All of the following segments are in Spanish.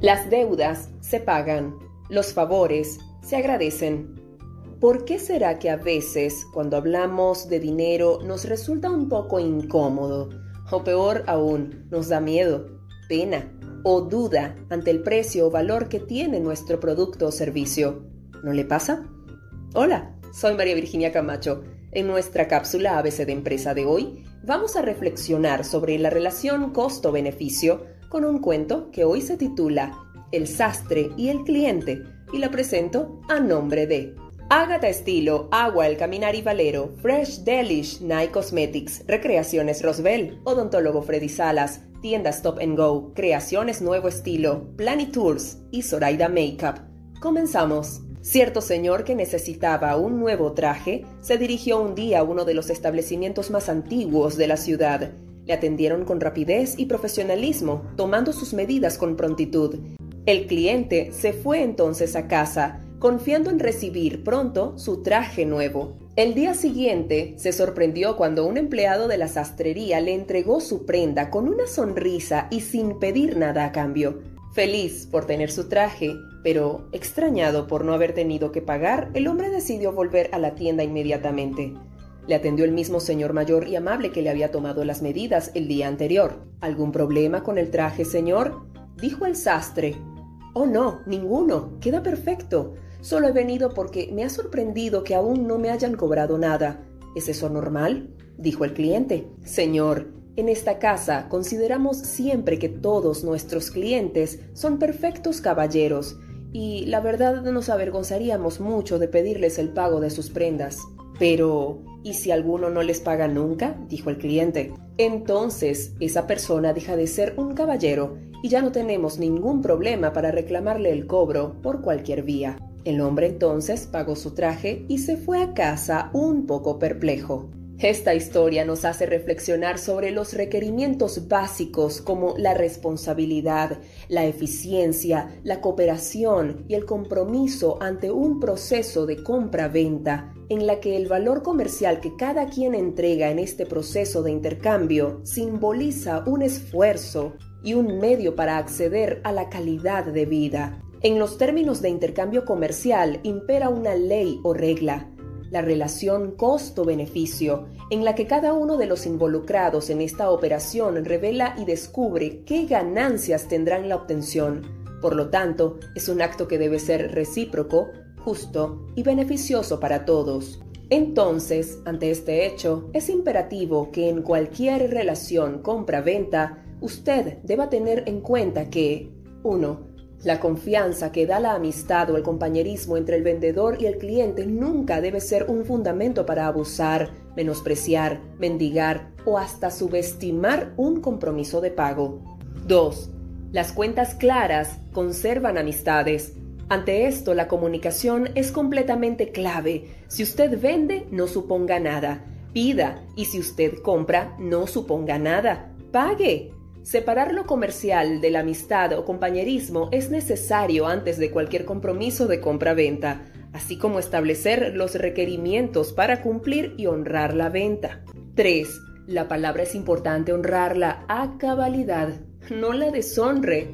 Las deudas se pagan, los favores se agradecen. ¿Por qué será que a veces, cuando hablamos de dinero, nos resulta un poco incómodo? O peor aún, nos da miedo, pena o duda ante el precio o valor que tiene nuestro producto o servicio. ¿No le pasa? Hola, soy María Virginia Camacho. En nuestra cápsula ABC de Empresa de hoy, vamos a reflexionar sobre la relación costo-beneficio con un cuento que hoy se titula El sastre y el cliente, y la presento a nombre de Ágata Estilo, Agua El Caminar y Valero, Fresh Delish, Nye Cosmetics, Recreaciones Rosbel, Odontólogo Freddy Salas, Tienda Stop & Go, Creaciones Nuevo Estilo, Planitours y Zoraida Makeup. Comenzamos. Cierto señor que necesitaba un nuevo traje se dirigió un día a uno de los establecimientos más antiguos de la ciudad. Le atendieron con rapidez y profesionalismo, tomando sus medidas con prontitud. El cliente se fue entonces a casa, confiando en recibir pronto su traje nuevo. El día siguiente se sorprendió cuando un empleado de la sastrería le entregó su prenda con una sonrisa y sin pedir nada a cambio. Feliz por tener su traje, pero extrañado por no haber tenido que pagar, el hombre decidió volver a la tienda inmediatamente. Le atendió el mismo señor mayor y amable que le había tomado las medidas el día anterior. ¿Algún problema con el traje, señor?, dijo el sastre. Oh, no, ninguno. Queda perfecto. Solo he venido porque me ha sorprendido que aún no me hayan cobrado nada. ¿Es eso normal?, dijo el cliente. Señor, en esta casa consideramos siempre que todos nuestros clientes son perfectos caballeros y la verdad nos avergonzaríamos mucho de pedirles el pago de sus prendas. Pero, ¿y si alguno no les paga nunca?, dijo el cliente. Entonces, esa persona deja de ser un caballero y ya no tenemos ningún problema para reclamarle el cobro por cualquier vía. El hombre entonces pagó su traje y se fue a casa un poco perplejo. Esta historia nos hace reflexionar sobre los requerimientos básicos como la responsabilidad, la eficiencia, la cooperación y el compromiso ante un proceso de compra-venta, en la que el valor comercial que cada quien entrega en este proceso de intercambio simboliza un esfuerzo y un medio para acceder a la calidad de vida. En los términos de intercambio comercial impera una ley o regla, la relación costo-beneficio, en la que cada uno de los involucrados en esta operación revela y descubre qué ganancias tendrán en la obtención. Por lo tanto, es un acto que debe ser recíproco, justo y beneficioso para todos. Entonces, ante este hecho, es imperativo que en cualquier relación compra-venta, usted deba tener en cuenta que 1. La confianza que da la amistad o el compañerismo entre el vendedor y el cliente nunca debe ser un fundamento para abusar, menospreciar, mendigar o hasta subestimar un compromiso de pago. 2. Las cuentas claras conservan amistades. Ante esto, la comunicación es completamente clave. Si usted vende, no suponga nada. Pida, y si usted compra, no suponga nada. Pague. Separar lo comercial de la amistad o compañerismo es necesario antes de cualquier compromiso de compra-venta, así como establecer los requerimientos para cumplir y honrar la venta. 3. La palabra es importante honrarla a cabalidad, no la deshonre.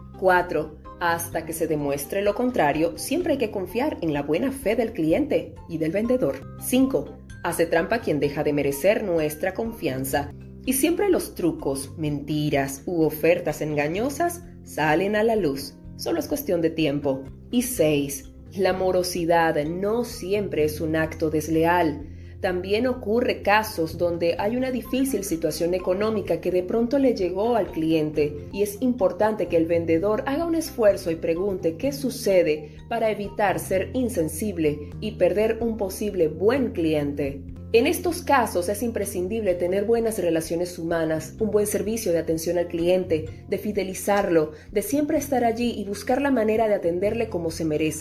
4. Hasta que se demuestre lo contrario, siempre hay que confiar en la buena fe del cliente y del vendedor. 5. Hace trampa quien deja de merecer nuestra confianza. Y siempre los trucos, mentiras u ofertas engañosas salen a la luz. Solo es cuestión de tiempo. Y 6. La morosidad no siempre es un acto desleal. También ocurre casos donde hay una difícil situación económica que de pronto le llegó al cliente y es importante que el vendedor haga un esfuerzo y pregunte qué sucede para evitar ser insensible y perder un posible buen cliente. En estos casos es imprescindible tener buenas relaciones humanas, un buen servicio de atención al cliente, de fidelizarlo, de siempre estar allí y buscar la manera de atenderle como se merece.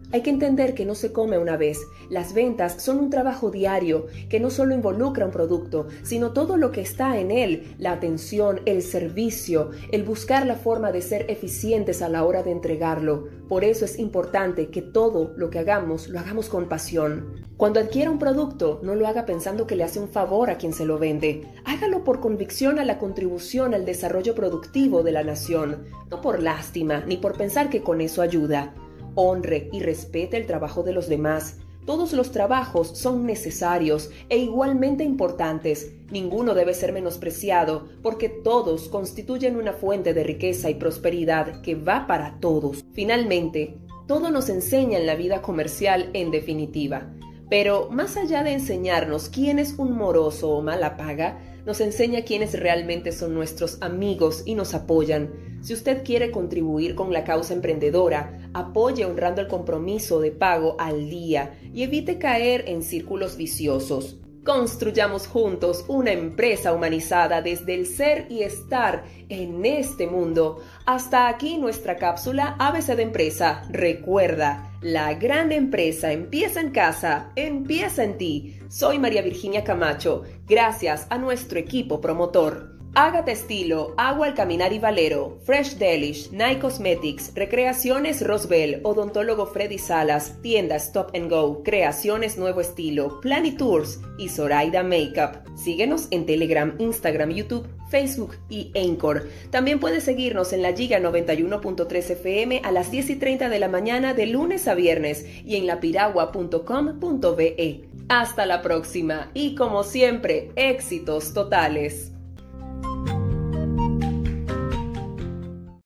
Hay que entender que no se come una vez. Las ventas son un trabajo diario que no solo involucra un producto, sino todo lo que está en él, la atención, el servicio, el buscar la forma de ser eficientes a la hora de entregarlo. Por eso es importante que todo lo que hagamos, lo hagamos con pasión. Cuando adquiera un producto, no lo haga pensando que le hace un favor a quien se lo vende. Hágalo por convicción a la contribución al desarrollo productivo de la nación, no por lástima ni por pensar que con eso ayuda. Honre y respete el trabajo de los demás. Todos los trabajos son necesarios e igualmente importantes. Ninguno debe ser menospreciado porque todos constituyen una fuente de riqueza y prosperidad que va para todos. Finalmente, todo nos enseña en la vida comercial en definitiva. Pero más allá de enseñarnos quién es un moroso o mala paga, nos enseña quiénes realmente son nuestros amigos y nos apoyan. Si usted quiere contribuir con la causa emprendedora, apoye honrando el compromiso de pago al día y evite caer en círculos viciosos. Construyamos juntos una empresa humanizada desde el ser y estar en este mundo. Hasta aquí nuestra cápsula ABC de Empresa. Recuerda, la gran empresa empieza en casa, empieza en ti. Soy María Virginia Camacho, gracias a nuestro equipo promotor. Ágata Estilo, Agua al Caminar y Valero, Fresh Delish, Nye Cosmetics, Recreaciones Rosbel, Odontólogo Freddy Salas, Tienda Stop and Go, Creaciones Nuevo Estilo, Planitours y Zoraida Makeup. Síguenos en Telegram, Instagram, YouTube, Facebook y Anchor. También puedes seguirnos en la Giga 91.3 FM a las 10:30 de la mañana de lunes a viernes y en lapiragua.com.be. Hasta la próxima y como siempre, éxitos totales.